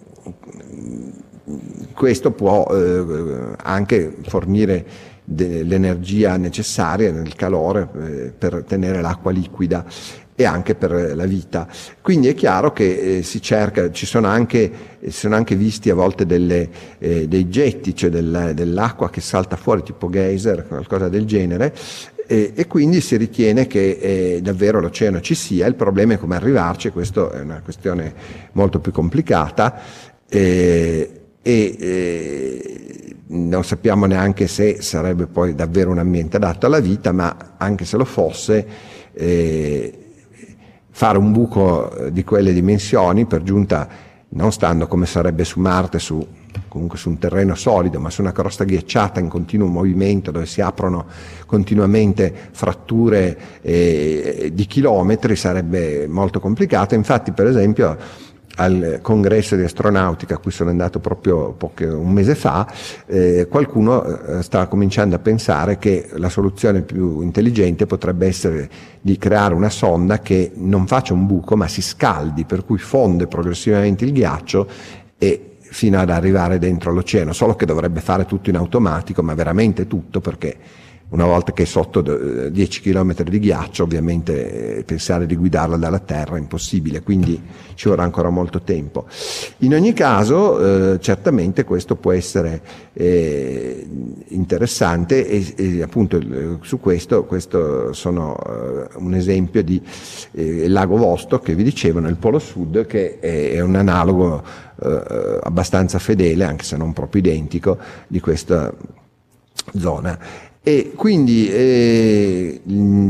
questo può eh, anche fornire l'energia necessaria, il calore, eh, per tenere l'acqua liquida e anche per la vita. Quindi è chiaro che eh, si cerca, ci sono anche, si sono anche visti a volte delle, eh, dei getti, cioè del, dell'acqua che salta fuori tipo geyser, qualcosa del genere, e, e quindi si ritiene che eh, davvero l'oceano ci sia. Il problema è come arrivarci, e questa è una questione molto più complicata. Eh, e eh, non sappiamo neanche se sarebbe poi davvero un ambiente adatto alla vita, ma anche se lo fosse, eh, fare un buco di quelle dimensioni, per giunta non stando come sarebbe su Marte, su, comunque su un terreno solido, ma su una crosta ghiacciata in continuo movimento, dove si aprono continuamente fratture eh, di chilometri, sarebbe molto complicato. Infatti, per esempio, al congresso di astronautica a cui sono andato proprio poche, un mese fa, eh, qualcuno eh, stava cominciando a pensare che la soluzione più intelligente potrebbe essere di creare una sonda che non faccia un buco ma si scaldi, per cui fonde progressivamente il ghiaccio e fino ad arrivare dentro l'oceano, solo che dovrebbe fare tutto in automatico, ma veramente tutto, perché una volta che è sotto dieci chilometri di ghiaccio, ovviamente eh, pensare di guidarla dalla Terra è impossibile, quindi ci vorrà ancora molto tempo. In ogni caso, eh, certamente questo può essere eh, interessante e, e appunto eh, su questo, questo sono eh, un esempio di eh, il lago Vostok che vi dicevo nel Polo Sud, che è, è un analogo eh, abbastanza fedele, anche se non proprio identico, di questa zona. E quindi eh,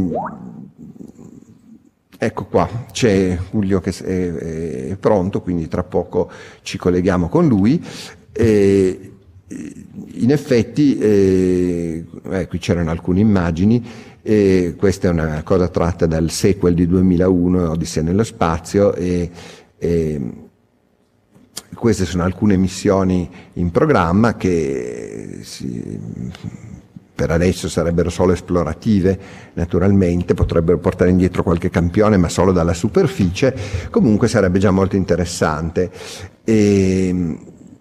ecco qua, c'è Giulio che è, è pronto, quindi tra poco ci colleghiamo con lui. E, in effetti eh, eh, qui c'erano alcune immagini, e questa è una cosa tratta dal sequel di duemilauno, Odissea nello spazio, e, e queste sono alcune missioni in programma che si per adesso sarebbero solo esplorative, naturalmente, potrebbero portare indietro qualche campione, ma solo dalla superficie. Comunque sarebbe già molto interessante. E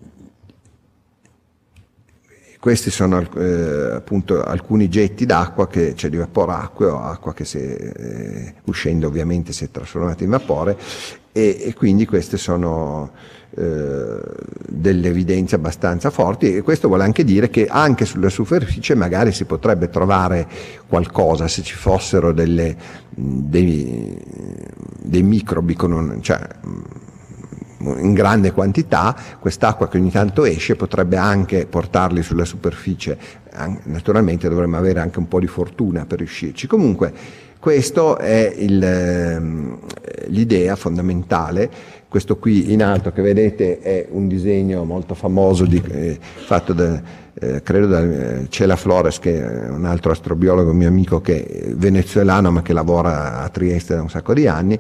questi sono eh, appunto alcuni getti d'acqua, che c'è di vapore acqueo, acqua che si, eh, uscendo ovviamente si è trasformata in vapore, e, e quindi queste sono eh, delle evidenze abbastanza forti, e questo vuole anche dire che anche sulla superficie magari si potrebbe trovare qualcosa, se ci fossero delle, dei, dei microbi con un, cioè, in grande quantità. Quest'acqua che ogni tanto esce potrebbe anche portarli sulla superficie. Naturalmente dovremmo avere anche un po' di fortuna per riuscirci. Comunque questo è il, l'idea fondamentale. Questo qui in alto che vedete è un disegno molto famoso di, eh, fatto da, eh, credo da eh, Cela Flores, che è un altro astrobiologo mio amico, che è venezuelano ma che lavora a Trieste da un sacco di anni.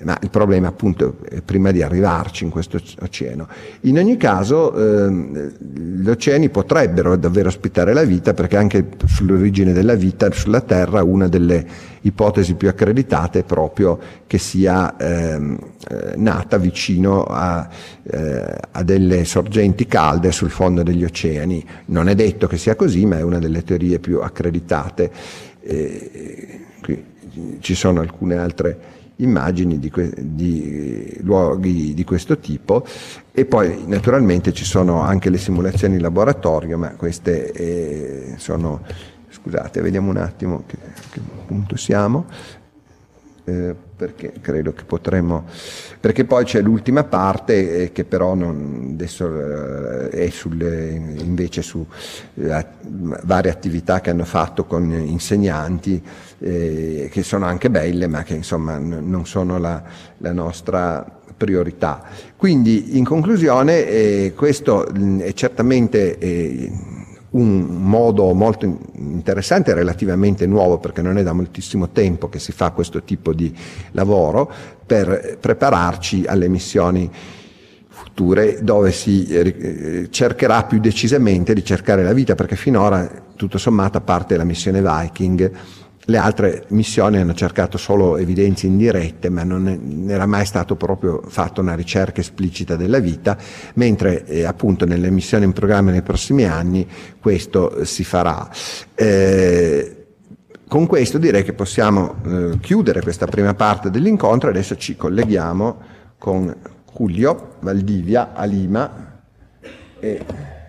ma il problema appunto è prima di arrivarci in questo oceano. In ogni caso ehm, gli oceani potrebbero davvero ospitare la vita, perché anche sull'origine della vita sulla Terra una delle ipotesi più accreditate è proprio che sia ehm, eh, nata vicino a, eh, a delle sorgenti calde sul fondo degli oceani. Non è detto che sia così, ma è una delle teorie più accreditate. Eh, qui ci sono alcune altre immagini di, que- di luoghi di questo tipo, e poi naturalmente ci sono anche le simulazioni in laboratorio, ma queste eh, sono, scusate, vediamo un attimo che, che punto siamo, eh, perché credo che potremmo, perché poi c'è l'ultima parte eh, che però non, adesso eh, è sulle, invece su eh, varie attività che hanno fatto con insegnanti, eh, che sono anche belle, ma che insomma n- non sono la, la nostra priorità. Quindi in conclusione eh, questo mh, è certamente eh, un modo molto interessante e relativamente nuovo, perché non è da moltissimo tempo che si fa questo tipo di lavoro, per prepararci alle missioni future, dove si eh, cercherà più decisamente di cercare la vita, perché finora tutto sommato, a parte la missione Viking, le altre missioni hanno cercato solo evidenze indirette, ma non, è, non era mai stato proprio fatto una ricerca esplicita della vita, mentre eh, appunto nelle missioni in programma nei prossimi anni questo eh, si farà. Eh, con questo direi che possiamo eh, chiudere questa prima parte dell'incontro. Adesso ci colleghiamo con Julio Valdivia a Lima. E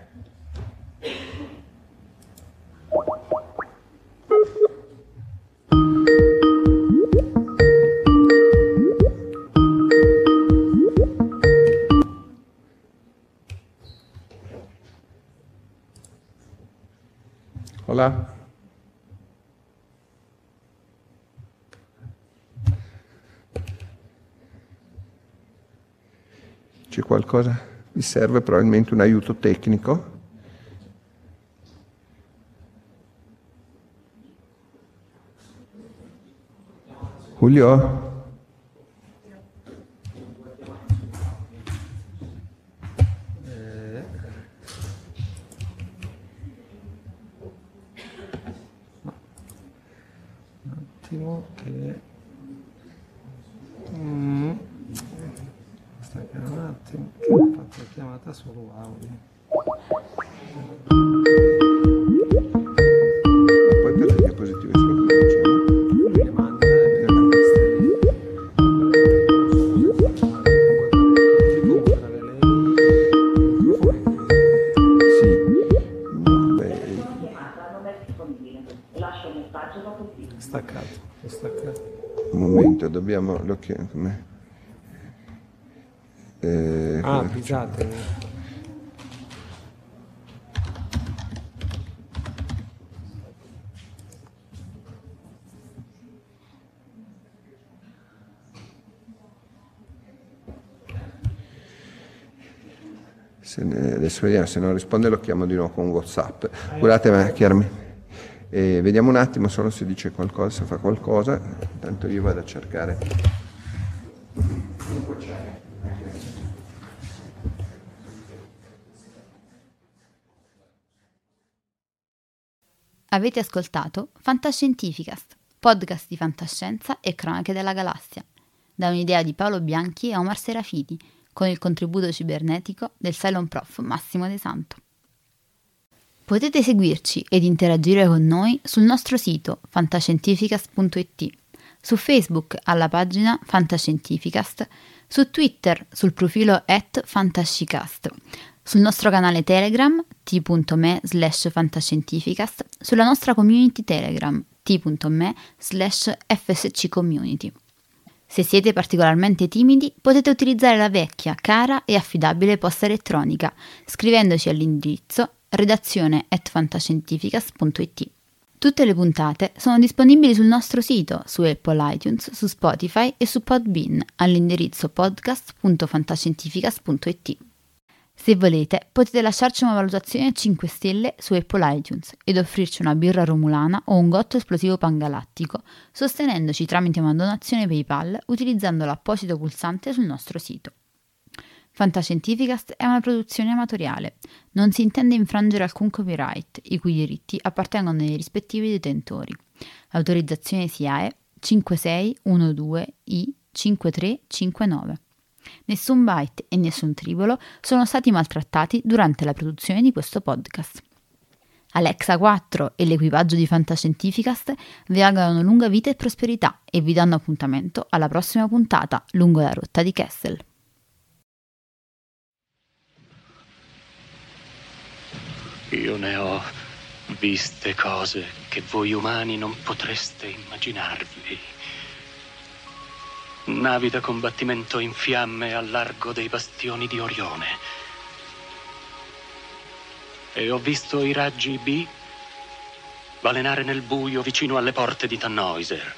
Hola. C'è qualcosa? Vi serve probabilmente un aiuto tecnico? Julio? Che mm. Aspetta un attimo, che ho fatto la chiamata solo audio. Poi per le diapositive solo diciamo. Le manda e le queste lì. Sì. No, beh. Staccato, è staccato. Un momento, dobbiamo lo chiamo come eh, Ah, come pisate. se ne, adesso vediamo, se non risponde lo chiamo di nuovo con WhatsApp. Scusate, ma chiaramente eh, vediamo un attimo solo se dice qualcosa, se fa qualcosa. Intanto io vado a cercare. Avete ascoltato Fantascientificast, podcast di fantascienza e cronache della galassia, da un'idea di Paolo Bianchi e Omar Serafiti, con il contributo cibernetico del Cylon Prof Massimo De Santo. Potete seguirci ed interagire con noi sul nostro sito fantascientificast punto it, su Facebook alla pagina Fantascientificast, su Twitter sul profilo at fantascicast, sul nostro canale Telegram t.me slash fantascientificast, sulla nostra community Telegram t.me slash fsccommunity. Se siete particolarmente timidi, potete utilizzare la vecchia, cara e affidabile posta elettronica, scrivendoci all'indirizzo redazione at fantascientificast punto it. Tutte le puntate sono disponibili sul nostro sito, su Apple iTunes, su Spotify e su Podbean all'indirizzo podcast punto fantascientificast punto it. Se volete, potete lasciarci una valutazione a cinque stelle su Apple iTunes ed offrirci una birra romulana o un gotto esplosivo pangalattico, sostenendoci tramite una donazione PayPal utilizzando l'apposito pulsante sul nostro sito. Fantascientificast è una produzione amatoriale. Non si intende infrangere alcun copyright, i cui diritti appartengono ai rispettivi detentori. L'autorizzazione S I A E cinque sei uno due I cinque tre cinque nove. Nessun byte e nessun tribolo sono stati maltrattati durante la produzione di questo podcast. Alexa quattro e l'equipaggio di Fantascientificast vi augurano lunga vita e prosperità e vi danno appuntamento alla prossima puntata lungo la rotta di Kessel. Io ne ho viste cose che voi umani non potreste immaginarvi. Navi da combattimento in fiamme al largo dei bastioni di Orione. E ho visto i raggi B balenare nel buio vicino alle porte di Tannhäuser.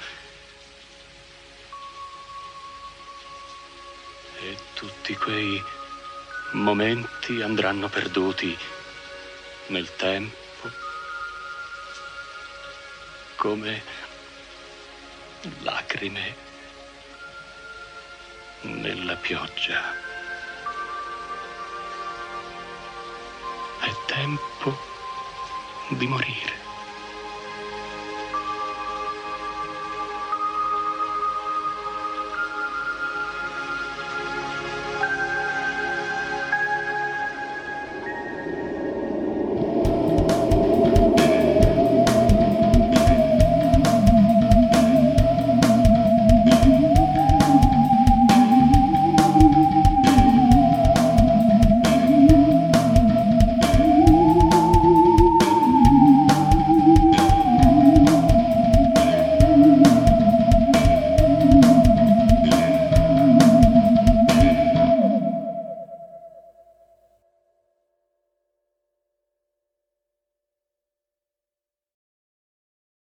E tutti quei momenti andranno perduti nel tempo, come lacrime nella pioggia. È tempo di morire.